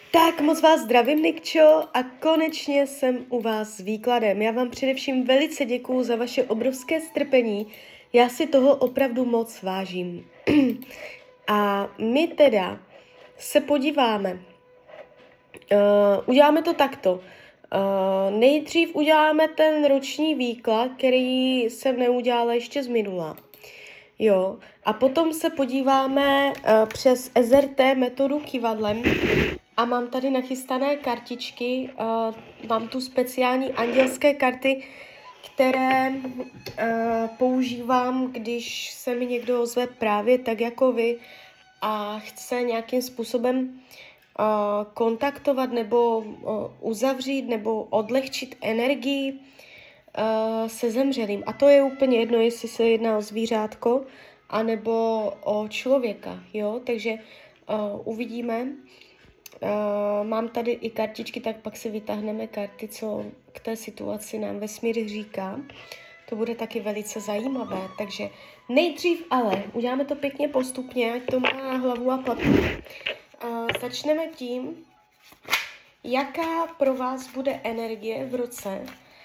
Tak moc vás zdravím, Nikčo, a konečně jsem u vás s výkladem. Já vám především velice děkuju za vaše obrovské strpení. Já si toho opravdu moc vážím. A my teda se podíváme. Uděláme to takto. Nejdřív uděláme ten roční výklad, který jsem neudělala ještě z minula. Jo, a potom se podíváme přes SRT metodu kivadlem a mám tady nachystané kartičky, mám tu speciální andělské karty, které používám, když se mi někdo ozve právě tak jako vy a chce nějakým způsobem kontaktovat nebo uzavřít nebo odlehčit energii se zemřelým. A to je úplně jedno, jestli se jedná o zvířátko anebo o člověka, jo, takže uvidíme. Mám tady i kartičky, tak pak si vytáhneme karty, co k té situaci nám vesmír říká. To bude taky velice zajímavé, takže nejdřív ale uděláme to pěkně postupně, ať to má hlavu a patu. Začneme tím, jaká pro vás bude energie v roce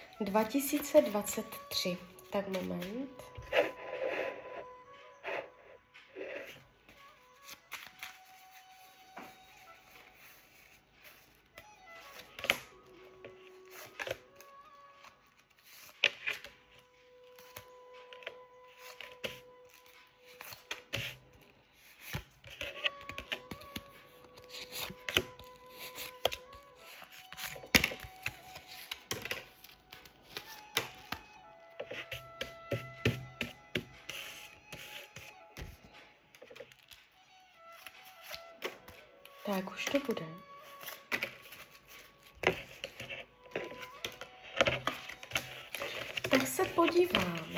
2023. Tak moment. Tak už to bude. Tak se podíváme.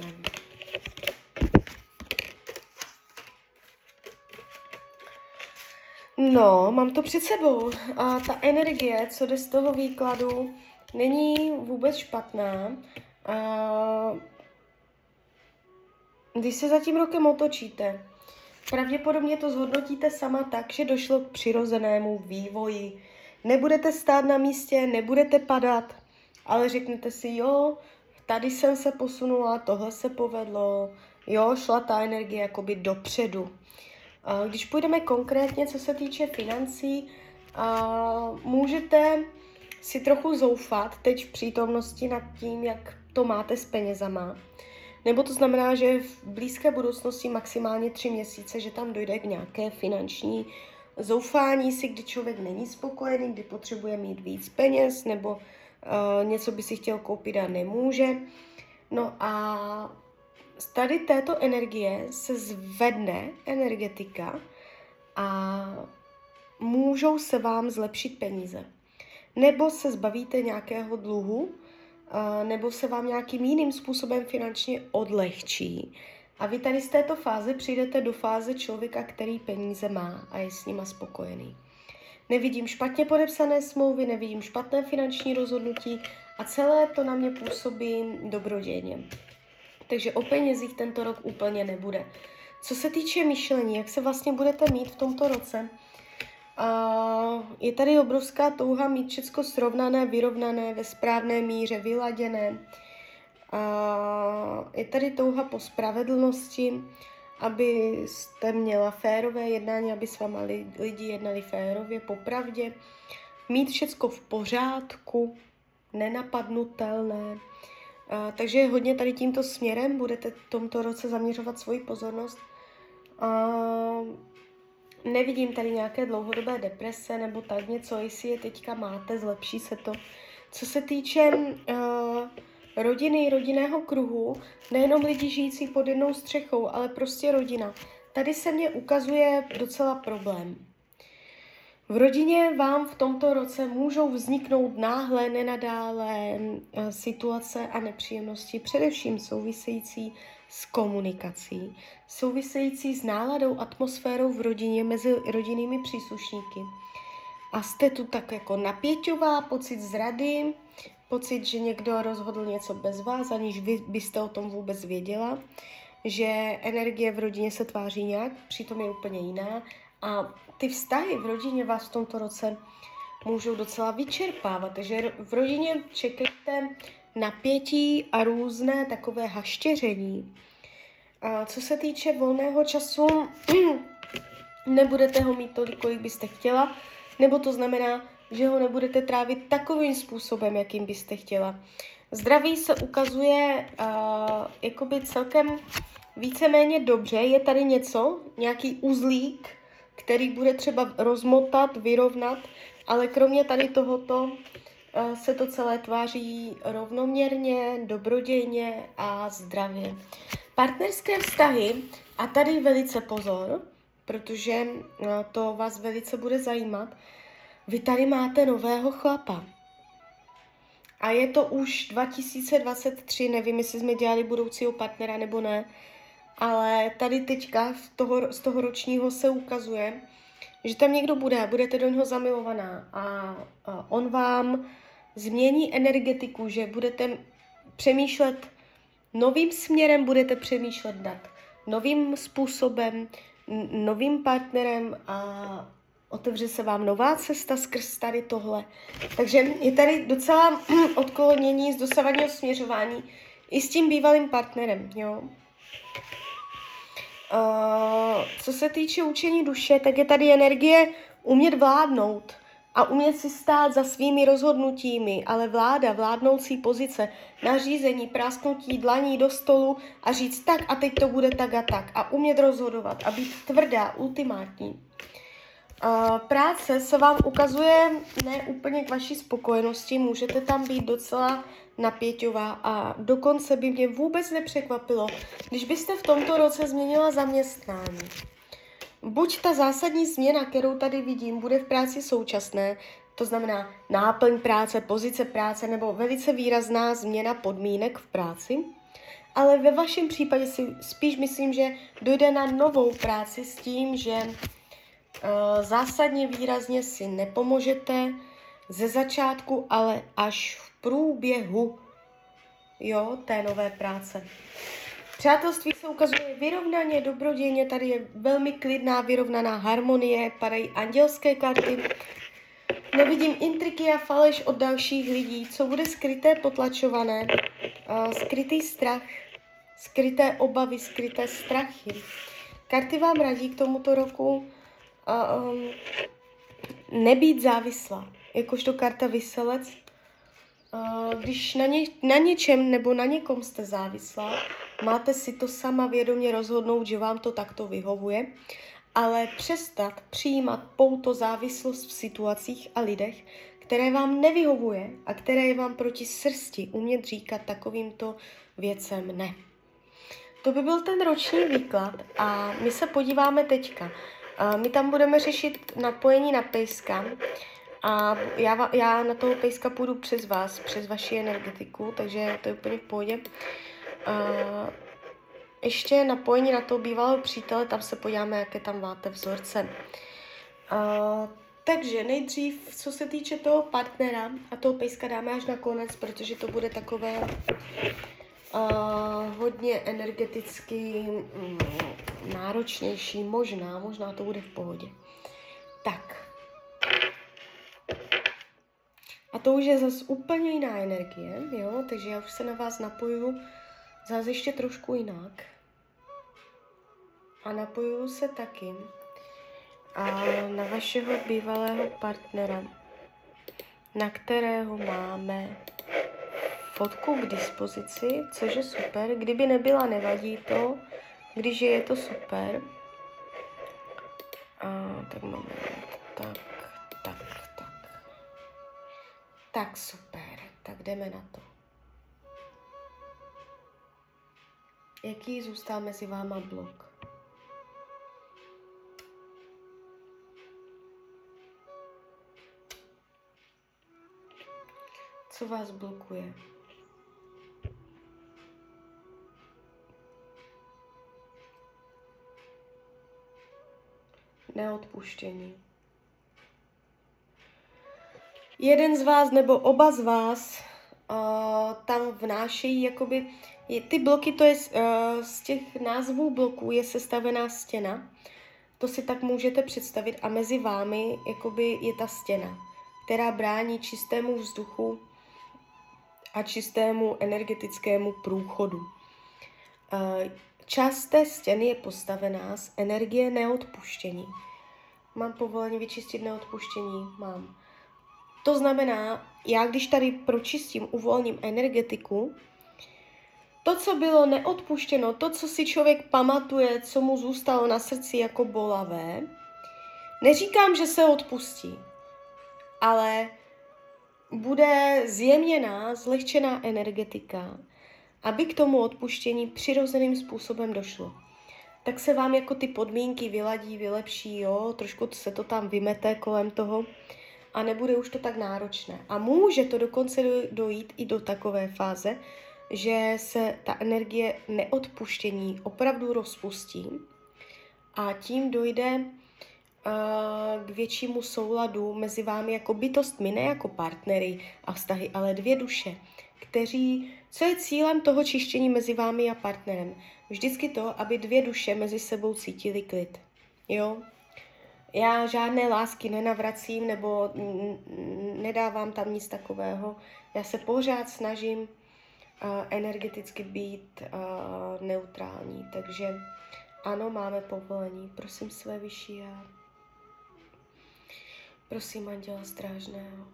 No, mám to před sebou. A ta energie, co jde z toho výkladu, není vůbec špatná. Když se za tím rokem otočíte, pravděpodobně to zhodnotíte sama tak, že došlo k přirozenému vývoji. Nebudete stát na místě, nebudete padat, ale řeknete si, jo, tady jsem se posunula, tohle se povedlo, jo, šla ta energie jakoby dopředu. Když půjdeme konkrétně, co se týče financí, můžete si trochu zoufat teď v přítomnosti nad tím, jak to máte s penězama. Nebo to znamená, že v blízké budoucnosti maximálně 3 měsíce, že tam dojde k nějaké finanční zoufání si, kdy člověk není spokojený, kdy potřebuje mít víc peněz, nebo něco by si chtěl koupit a nemůže. No a z tady této energie se zvedne energetika a můžou se vám zlepšit peníze. Nebo se zbavíte nějakého dluhu, nebo se vám nějakým jiným způsobem finančně odlehčí. A vy tady z této fáze přijdete do fáze člověka, který peníze má a je s nima spokojený. Nevidím špatně podepsané smlouvy, nevidím špatné finanční rozhodnutí a celé to na mě působí dobrodějně. Takže o penězích tento rok úplně nebude. Co se týče myšlení, jak se vlastně budete mít v tomto roce, je tady obrovská touha mít všechno srovnané, vyrovnané, ve správné míře, vyladěné. Je tady touha po spravedlnosti, abyste měla férové jednání, aby s váma lidi jednali férově, po pravdě. Mít všechno v pořádku, nenapadnutelné. Takže hodně tady tímto směrem budete v tomto roce zaměřovat svoji pozornost. Nevidím tady nějaké dlouhodobé deprese nebo tak něco, jestli je teďka máte, zlepší se to. Co se týče rodiny, rodinného kruhu, nejenom lidi žijící pod jednou střechou, ale prostě rodina. Tady se mně ukazuje docela problém. V rodině vám v tomto roce můžou vzniknout náhle, nenadále situace a nepříjemnosti, především související s komunikací, související s náladou, atmosférou v rodině mezi rodinnými příslušníky. A jste tu tak jako napěťová, pocit zrady, pocit, že někdo rozhodl něco bez vás, aniž vy byste o tom vůbec věděla, že energie v rodině se tváří nějak, přitom je úplně jiná. A ty vztahy v rodině vás v tomto roce můžou docela vyčerpávat. Takže v rodině čekejte napětí a různé takové haštěření. A co se týče volného času, nebudete ho mít tolik, kolik byste chtěla, nebo to znamená, že ho nebudete trávit takovým způsobem, jakým byste chtěla. Zdraví se ukazuje jakoby celkem víceméně dobře. Je tady něco, nějaký uzlík, který bude třeba rozmotat, vyrovnat, ale kromě tady tohoto se to celé tváří rovnoměrně, dobrodějně a zdravě. Partnerské vztahy, a tady velice pozor, protože to vás velice bude zajímat, vy tady máte nového chlapa. A je to už 2023, nevím, jestli jsme dělali budoucího partnera nebo ne, ale tady teďka z toho ročního se ukazuje, že tam někdo budete do něho zamilovaná a on vám změní energetiku, že budete přemýšlet novým směrem, budete přemýšlet nad novým způsobem, novým partnerem a otevře se vám nová cesta skrz tady tohle. Takže je tady docela odklonění z dosavadního směřování i s tím bývalým partnerem. Jo? Co se týče učení duše, tak je tady energie umět vládnout a umět si stát za svými rozhodnutími, ale vládnoucí pozice, nařízení, prásknutí dlaní do stolu a říct tak a teď to bude tak a tak a umět rozhodovat a být tvrdá, ultimátní. Práce se vám ukazuje ne úplně k vaší spokojenosti, můžete tam být docela napěťová a dokonce by mě vůbec nepřekvapilo, když byste v tomto roce změnila zaměstnání. Buď ta zásadní změna, kterou tady vidím, bude v práci současné, to znamená náplň práce, pozice práce nebo velice výrazná změna podmínek v práci, ale ve vašem případě si spíš myslím, že dojde na novou práci s tím, že zásadně výrazně si nepomůžete ze začátku, ale až v průběhu té nové práce. Přátelství se ukazuje vyrovnaně, dobrodějně, tady je velmi klidná, vyrovnaná harmonie, padají andělské karty. Nevidím intriky a faleš od dalších lidí, co bude skryté, potlačované, skrytý strach, skryté obavy, skryté strachy. Karty vám radí k tomuto roku nebýt závislá, jakožto karta Vyselec. Když na něčem nebo na někom jste závislá, máte si to sama vědomě rozhodnout, že vám to takto vyhovuje, ale přestat přijímat pouto závislost v situacích a lidech, které vám nevyhovuje a které je vám proti srsti, umět říkat takovýmto věcem ne. To by byl ten roční výklad a my se podíváme teďka. My tam budeme řešit napojení na pejska a já na toho pejska půjdu přes vás, přes vaši energetiku, takže to je úplně v pohodě. Ještě napojení na toho bývalého přítele, tam se podíváme, jaké tam máte vzorce. Takže nejdřív, co se týče toho partnera, a toho pejska dáme až na konec, protože to bude takové hodně energeticky náročnější, možná to bude v pohodě. Tak. A to už je zase úplně jiná energie, jo, takže já už se na vás napojuju zase ještě trošku jinak. A napojuju se taky na vašeho bývalého partnera, na kterého máme fotku k dispozici, což je super. Kdyby nebyla, nevadí to. Když je to super. Tak moment. Tak super. Tak jdeme na to. Jaký zůstal mezi váma blok? Co vás blokuje? Neodpuštění. Jeden z vás nebo oba z vás tam vnášejí jakoby, ty bloky, to je z těch názvů bloků je sestavená stěna. To si tak můžete představit a mezi vámi jakoby je ta stěna. která brání čistému vzduchu a čistému energetickému průchodu. Část té stěny je postavená z energie neodpuštění. Mám povolení vyčistit neodpuštění? Mám. To znamená, já když tady pročistím, uvolním energetiku, to, co bylo neodpuštěno, to, co si člověk pamatuje, co mu zůstalo na srdci jako bolavé, neříkám, že se odpustí, ale bude zjemněná, zlehčená energetika, aby k tomu odpuštění přirozeným způsobem došlo. Tak se vám jako ty podmínky vyladí, vylepší, jo? Trošku se to tam vymete kolem toho a nebude už to tak náročné. A může to dokonce dojít i do takové fáze, že se ta energie neodpuštění opravdu rozpustí a tím dojde k většímu souladu mezi vámi jako bytostmi, ne jako partnery a vztahy, ale dvě duše, co je cílem toho čištění mezi vámi a partnerem? Vždycky to, aby dvě duše mezi sebou cítily klid. Jo? Já žádné lásky nenavracím nebo nedávám tam nic takového. Já se pořád snažím energeticky být neutrální. Takže ano, máme povolení. Prosím své vyšší já. Prosím anděla strážného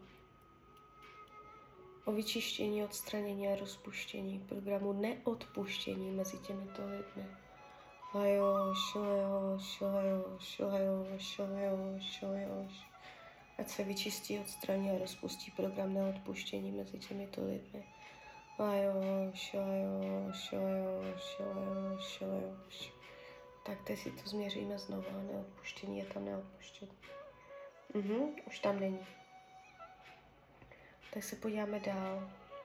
o vyčištění, odstranění a rozpuštění programu neodpuštění mezi těmito lidmi. Lajoš, lajoš, lajoš, lajoš, lajoš, lajoš. Ať se vyčistí, odstraní a rozpustí program neodpuštění mezi těmito lidmi. Lajoš, lajoš, lajoš, lajoš, lajoš. Tak teď si to změříme znova. Neodpuštění je tam neodpuštění. Už tam není. Tak se podíváme dál.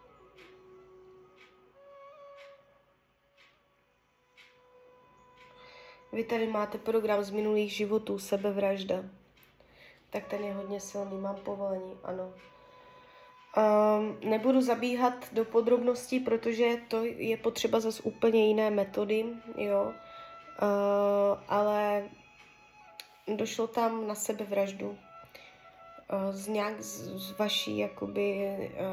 Vy tady máte program z minulých životů, sebevražda. Tak ten je hodně silný, mám povolení, ano. Nebudu zabíhat do podrobností, protože to je potřeba zase úplně jiné metody, jo. Ale došlo tam na sebevraždu. Z vaší jakoby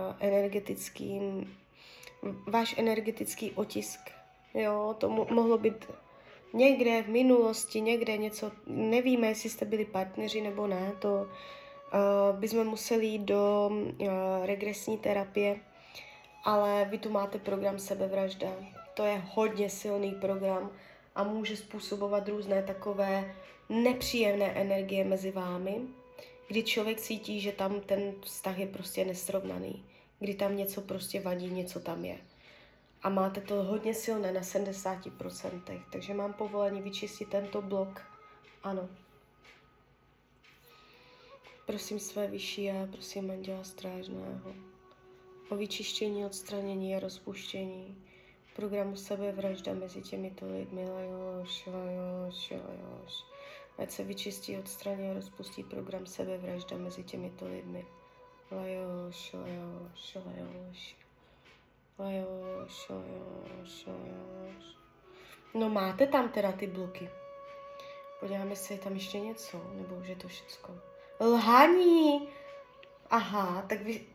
váš energetický otisk, jo, to mohlo být někde v minulosti, někde něco, nevíme, jestli jste byli partneři nebo ne, to bychom museli jít do regresní terapie, ale vy tu máte program sebevražda, to je hodně silný program a může způsobovat různé takové nepříjemné energie mezi vámi, kdy člověk cítí, že tam ten vztah je prostě nesrovnaný, kdy tam něco prostě vadí, něco tam je. A máte to hodně silné na 70%, takže mám povolení vyčistit tento blok. Ano. Prosím své vyšší a prosím anděla strážného o vyčištění, odstranění a rozpuštění programu sebevražda mezi těmito lidmi. Lajoš, lajoš, lajoš. Ať se vyčistí, odstraní a rozpustí program sebevražda mezi těmito lidmi. Lajoš, lajoš, lajoš. Lajoš, lajoš, lajoš. No máte tam teda ty bloky. Podíváme se, je tam ještě něco, nebo už je to všecko. Lhaní! Aha, tak vy...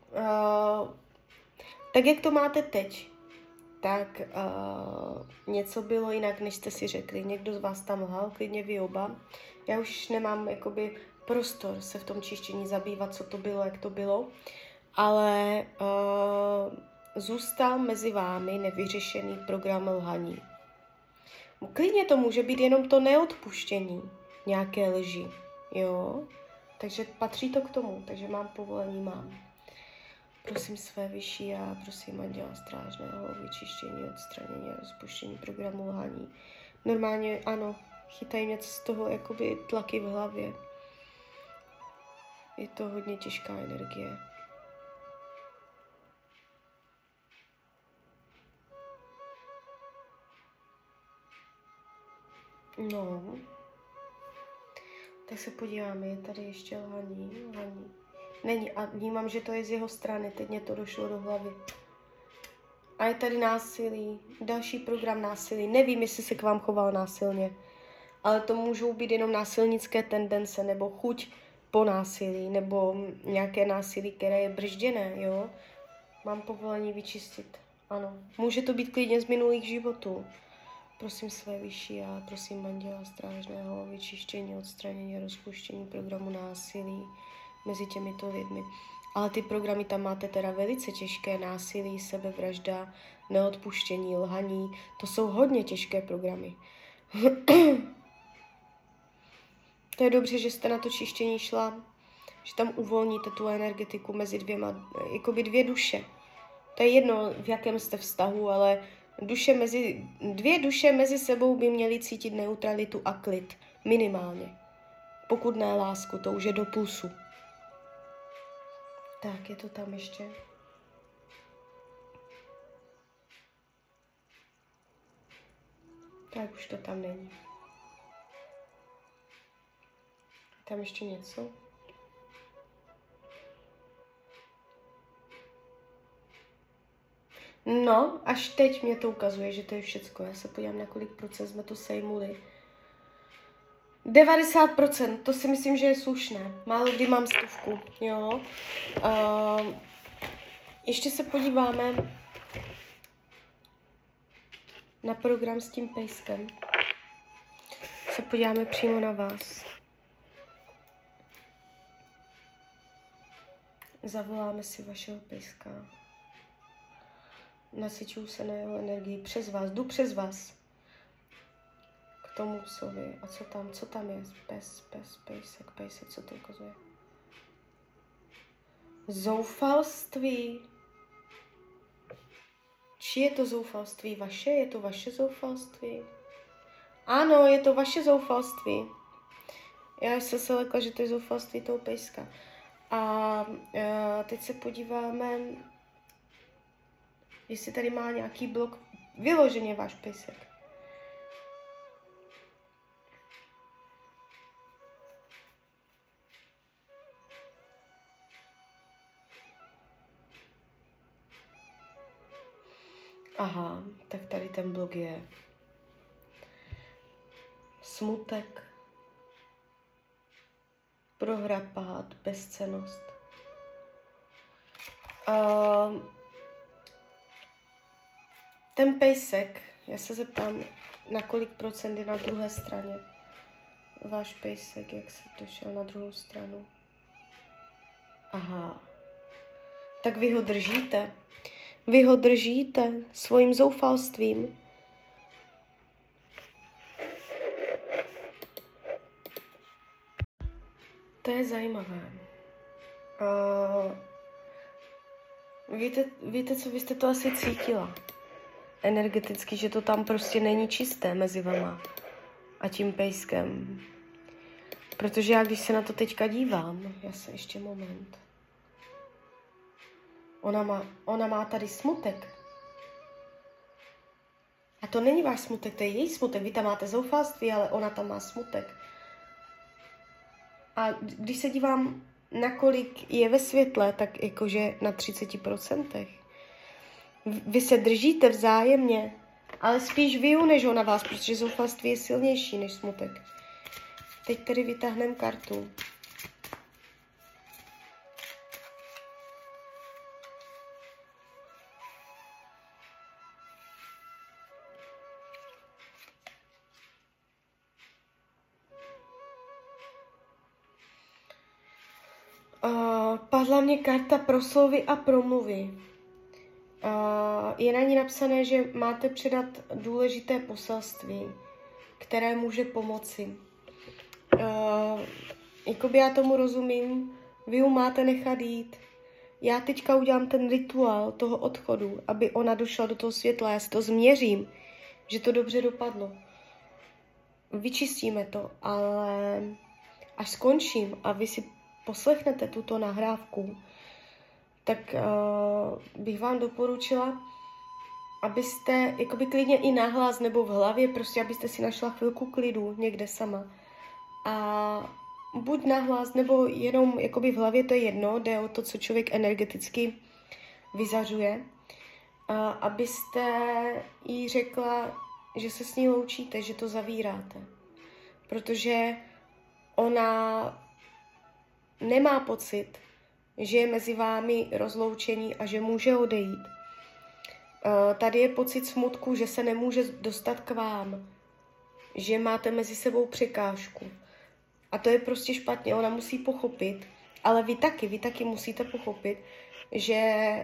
tak jak to máte teď? Tak něco bylo jinak, než jste si řekli. Někdo z vás tam lhal, klidně vy oba. Já už nemám jakoby prostor se v tom čištění zabývat, co to bylo, jak to bylo. Ale zůstal mezi vámi nevyřešený program lhaní. Klidně to může být jenom to neodpuštění nějaké lži, jo? Takže patří to k tomu, takže mám povolení, mám. Prosím své vyšší a prosím anděla strážného o vyčištění, odstranění a rozpuštění programu lhaní. Normálně ano, chytají něco z toho jakoby tlaky v hlavě. Je to hodně těžká energie. No, tak se podíváme, je tady ještě lhaní. Není a vnímám, že to je z jeho strany, teď mě to došlo do hlavy. A je tady násilí, další program násilí. Nevím, jestli se k vám choval násilně, ale to můžou být jenom násilnické tendence nebo chuť po násilí, nebo nějaké násilí, které je bržděné, jo. Mám povolení vyčistit, ano. Může to být klidně z minulých životů. Prosím své vyšší a prosím Anděla Strážného o vyčištění, odstranění, rozpuštění programu násilí mezi těmito lidmi. Ale ty programy tam máte teda velice těžké, násilí, sebevražda, neodpuštění, lhaní. To jsou hodně těžké programy. To je dobře, že jste na to čištění šla, že tam uvolníte tu energetiku mezi jakoby dvě duše. To je jedno, v jakém jste vztahu, ale dvě duše mezi sebou by měly cítit neutralitu a klid. Minimálně. Pokud ne lásku, to už je do plusu. Tak, je to tam ještě. Tak už to tam není. Tam ještě něco? No, až teď mě to ukazuje, že to je všecko. Já se podívám, na kolik procent jsme to sejmuli. 90%, to si myslím, že je slušné. Málo kdy mám 100, jo. Ještě se podíváme na program s tím pejskem. Se podíváme přímo na vás. Zavoláme si vašeho pejska. Nasyčuju se na jeho energii přes vás, jdu přes vás. K tomu psovi. A co tam je? Pejsek, co to ukazuje? Zoufalství. Či je to zoufalství vaše? Je to vaše zoufalství? Ano, je to vaše zoufalství. Já jsem se lekla, že to je zoufalství toho pejska. A teď se podíváme, jestli tady má nějaký blok. Vyloženě váš pejsek. Aha, tak tady ten blok je. Smutek, prohra, pád, bezcennost. Ten pejsek, já se zeptám, na kolik procent je na druhé straně. Váš pejsek, jak se došel na druhou stranu. Aha, tak vy ho držíte. Vy ho držíte svým zoufalstvím. To je zajímavé. Víte co, vy jste to asi cítila. Energeticky, že to tam prostě není čisté mezi vama a tím pejskem. Protože já, když se na to teďka dívám, ještě moment. Ona má tady smutek. A to není váš smutek, to je její smutek. Vy tam máte zoufalství, ale ona tam má smutek. A když se dívám, na kolik je ve světle, tak jakože na 30%. Vy se držíte vzájemně, ale spíš vy než ona vás, protože zoufalství je silnější než smutek. Teď tedy vytáhneme kartu. Padla mě karta proslovy a promluvy. Je na ní napsané, že máte předat důležité poselství, které může pomoci. Jakoby já tomu rozumím, vy ho máte nechat jít. Já teďka udělám ten rituál toho odchodu, aby ona došla do toho světla. Já si to změřím, že to dobře dopadlo. Vyčistíme to, ale až skončím a vy si poslechnete tuto nahrávku, tak bych vám doporučila, abyste jakoby klidně i nahlas nebo v hlavě, prostě abyste si našla chvilku klidu někde sama. A buď nahlas, nebo jenom jakoby v hlavě, to je jedno, jde o to, co člověk energeticky vyzařuje. Abyste jí řekla, že se s ní loučíte, že to zavíráte. Protože ona nemá pocit, že je mezi vámi rozloučení a že může odejít. Tady je pocit smutku, že se nemůže dostat k vám, že máte mezi sebou překážku. A to je prostě špatně, ona musí pochopit, ale vy taky musíte pochopit, že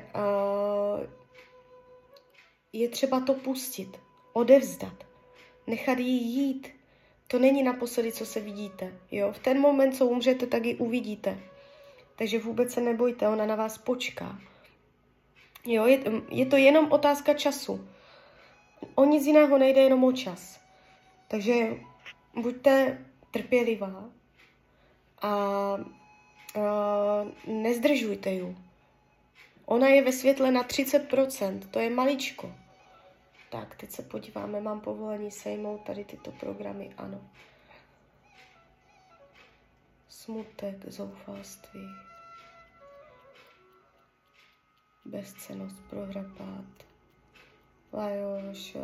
je třeba to pustit, odevzdat, nechat jí jít. To není naposledy, co se vidíte. Jo? V ten moment, co umřete, tak ji uvidíte. Takže vůbec se nebojte, ona na vás počká. Jo? Je to jenom otázka času. O nic jiného nejde, jenom o čas. Takže buďte trpělivá a nezdržujte ju. Ona je ve světle na 30%, to je maličko. Tak, teď se podíváme, mám povolení sejmout tady tyto programy, ano. Smutek, zoufalství, bezcennost, prohra, pád. Lajoš.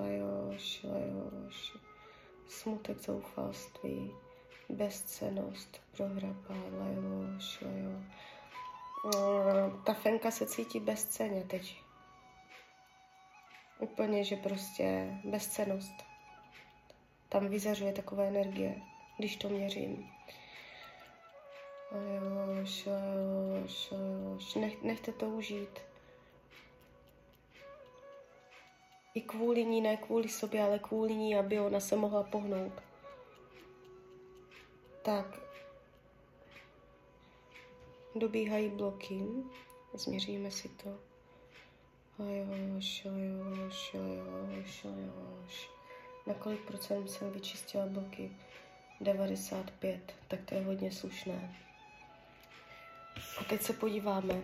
Smutek, zoufalství, bezcennost, prohra, pád, lajoš. Ta fenka se cítí bezcenně teď. Úplně, že prostě bezcennost. Tam vyzařuje takové energie, když to měřím. Nechte to užít. I kvůli ní, ne kvůli sobě, ale kvůli ní, aby ona se mohla pohnout. Tak. Dobíhají bloky. Změříme si to. Na kolik procent jsem vyčistila bloky? 95, tak to je hodně slušné. A teď se podíváme.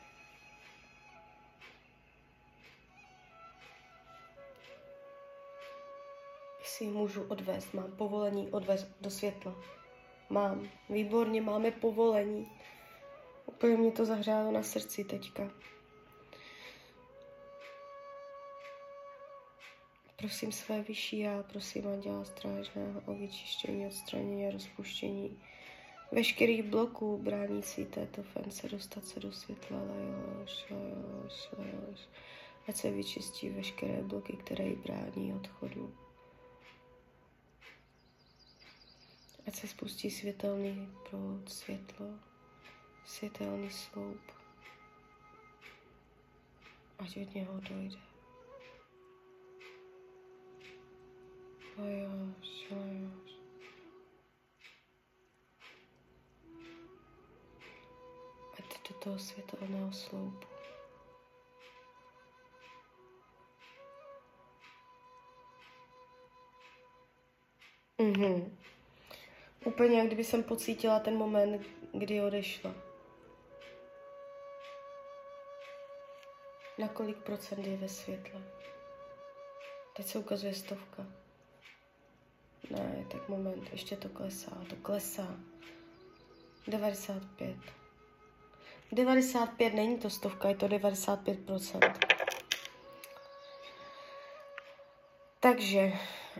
Jestli ji můžu odvést, mám povolení odvést do světla. Mám, výborně, máme povolení. Úplně mě to zahřálo na srdci teďka. Prosím své vyšší já, prosím Anděla Strážného o vyčištění, odstranění a rozpuštění veškerých bloků bránící této fence dostat se do světla. Lajoš. Ať se vyčistí veškeré bloky, které jí brání odchodu. Ať se spustí světelný proud, světlo, světelný sloup. Ať od něho dojde. Lajoš. Ať do toho světelného sloupu. Úplně jak kdyby jsem pocítila ten moment, kdy odešla. Na kolik procent je ve světle? Teď se ukazuje 100. Ne, tak moment, ještě to klesá. 95. 95 není to 100, je to 95%. Takže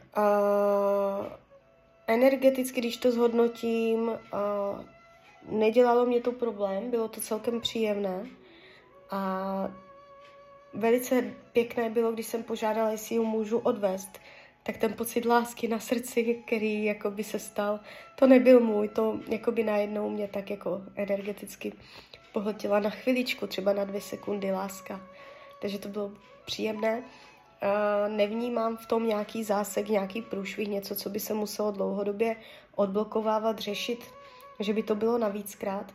energeticky, když to zhodnotím, nedělalo mě to problém, bylo to celkem příjemné a velice pěkné bylo, když jsem požádala, jestli ji můžu odvést, tak ten pocit lásky na srdci, který jakoby se stal, to nebyl můj, to jakoby najednou mě tak jako energeticky pohltila na chviličku, třeba na 2 sekundy láska. Takže to bylo příjemné. Nevnímám v tom nějaký zásek, nějaký průšvih, něco, co by se muselo dlouhodobě odblokovávat, řešit, že by to bylo navíckrát.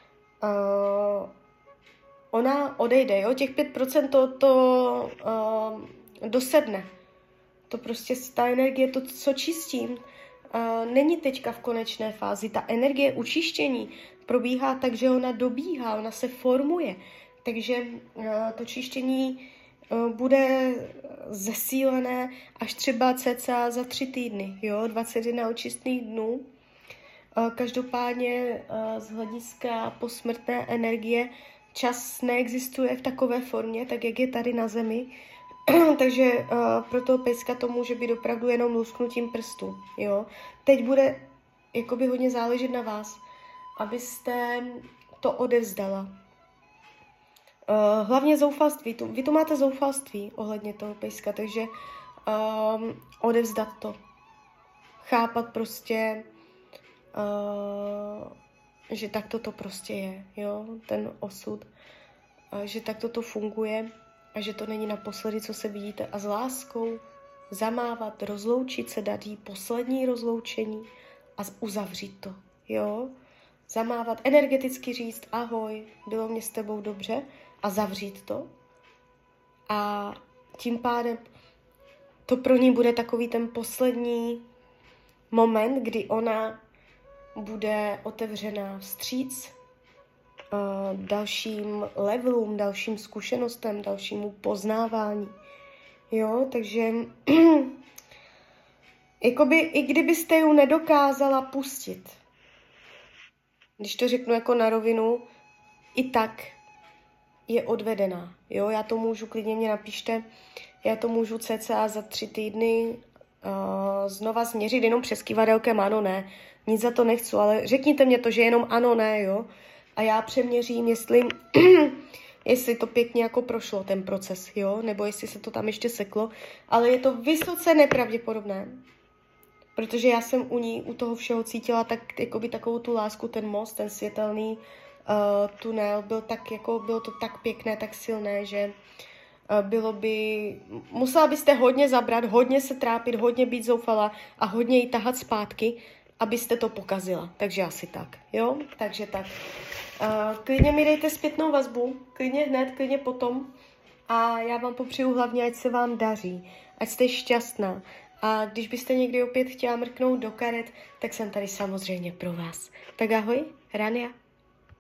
Ona odejde, jo? Těch 5% to dosedne. To prostě ta energie, to, co čistím, není teďka v konečné fázi. Ta energie učištění probíhá tak, že ona dobíhá, ona se formuje. Takže to čištění bude zesílené až třeba cca za 3 týdny, jo? 21 očistných dnů. Každopádně z hlediska posmrtné energie čas neexistuje v takové formě, tak jak je tady na Zemi. Takže pro toho pejska to může být opravdu jenom lusknutím prstu. Jo? Teď bude jakoby hodně záležet na vás, abyste to odevzdala. Hlavně zoufalství. Vy tu máte zoufalství ohledně toho pejska, takže odevzdat to. Chápat prostě, že takto to prostě je, jo, ten osud, že takto to funguje a že to není naposledy, co se vidíte, a s láskou zamávat, rozloučit se, dát jí poslední rozloučení a uzavřít to, jo. Zamávat, energeticky říct ahoj, bylo mě s tebou dobře a zavřít to. A tím pádem to pro ní bude takový ten poslední moment, kdy ona bude otevřená vstříc dalším levelům, dalším zkušenostem, dalšímu poznávání. Jo, takže jakoby, i kdybyste ji nedokázala pustit, když to řeknu jako na rovinu, i tak je odvedená. Jo, já to můžu, klidně mě napište, já to můžu cca za 3 týdny znova změřit jenom přes kyvadelkem ano, ne. Nic za to nechci, ale řekněte mě to, že jenom ano, ne, jo. A já přeměřím, jestli to pěkně jako prošlo, ten proces, jo, nebo jestli se to tam ještě seklo. Ale je to vysoce nepravděpodobné, protože já jsem u toho všeho cítila tak, jakoby takovou tu lásku, ten most, ten světelný tunel, bylo to tak pěkné, tak silné, že musela byste hodně zabrat, hodně se trápit, hodně být zoufalá a hodně ji tahat zpátky, abyste to pokazila. Takže asi tak, jo? Takže tak. Klidně mi dejte zpětnou vazbu, klidně hned, klidně potom. A já vám popřeju hlavně, ať se vám daří, ať jste šťastná. A když byste někdy opět chtěla mrknout do karet, tak jsem tady samozřejmě pro vás. Tak ahoj, Rania.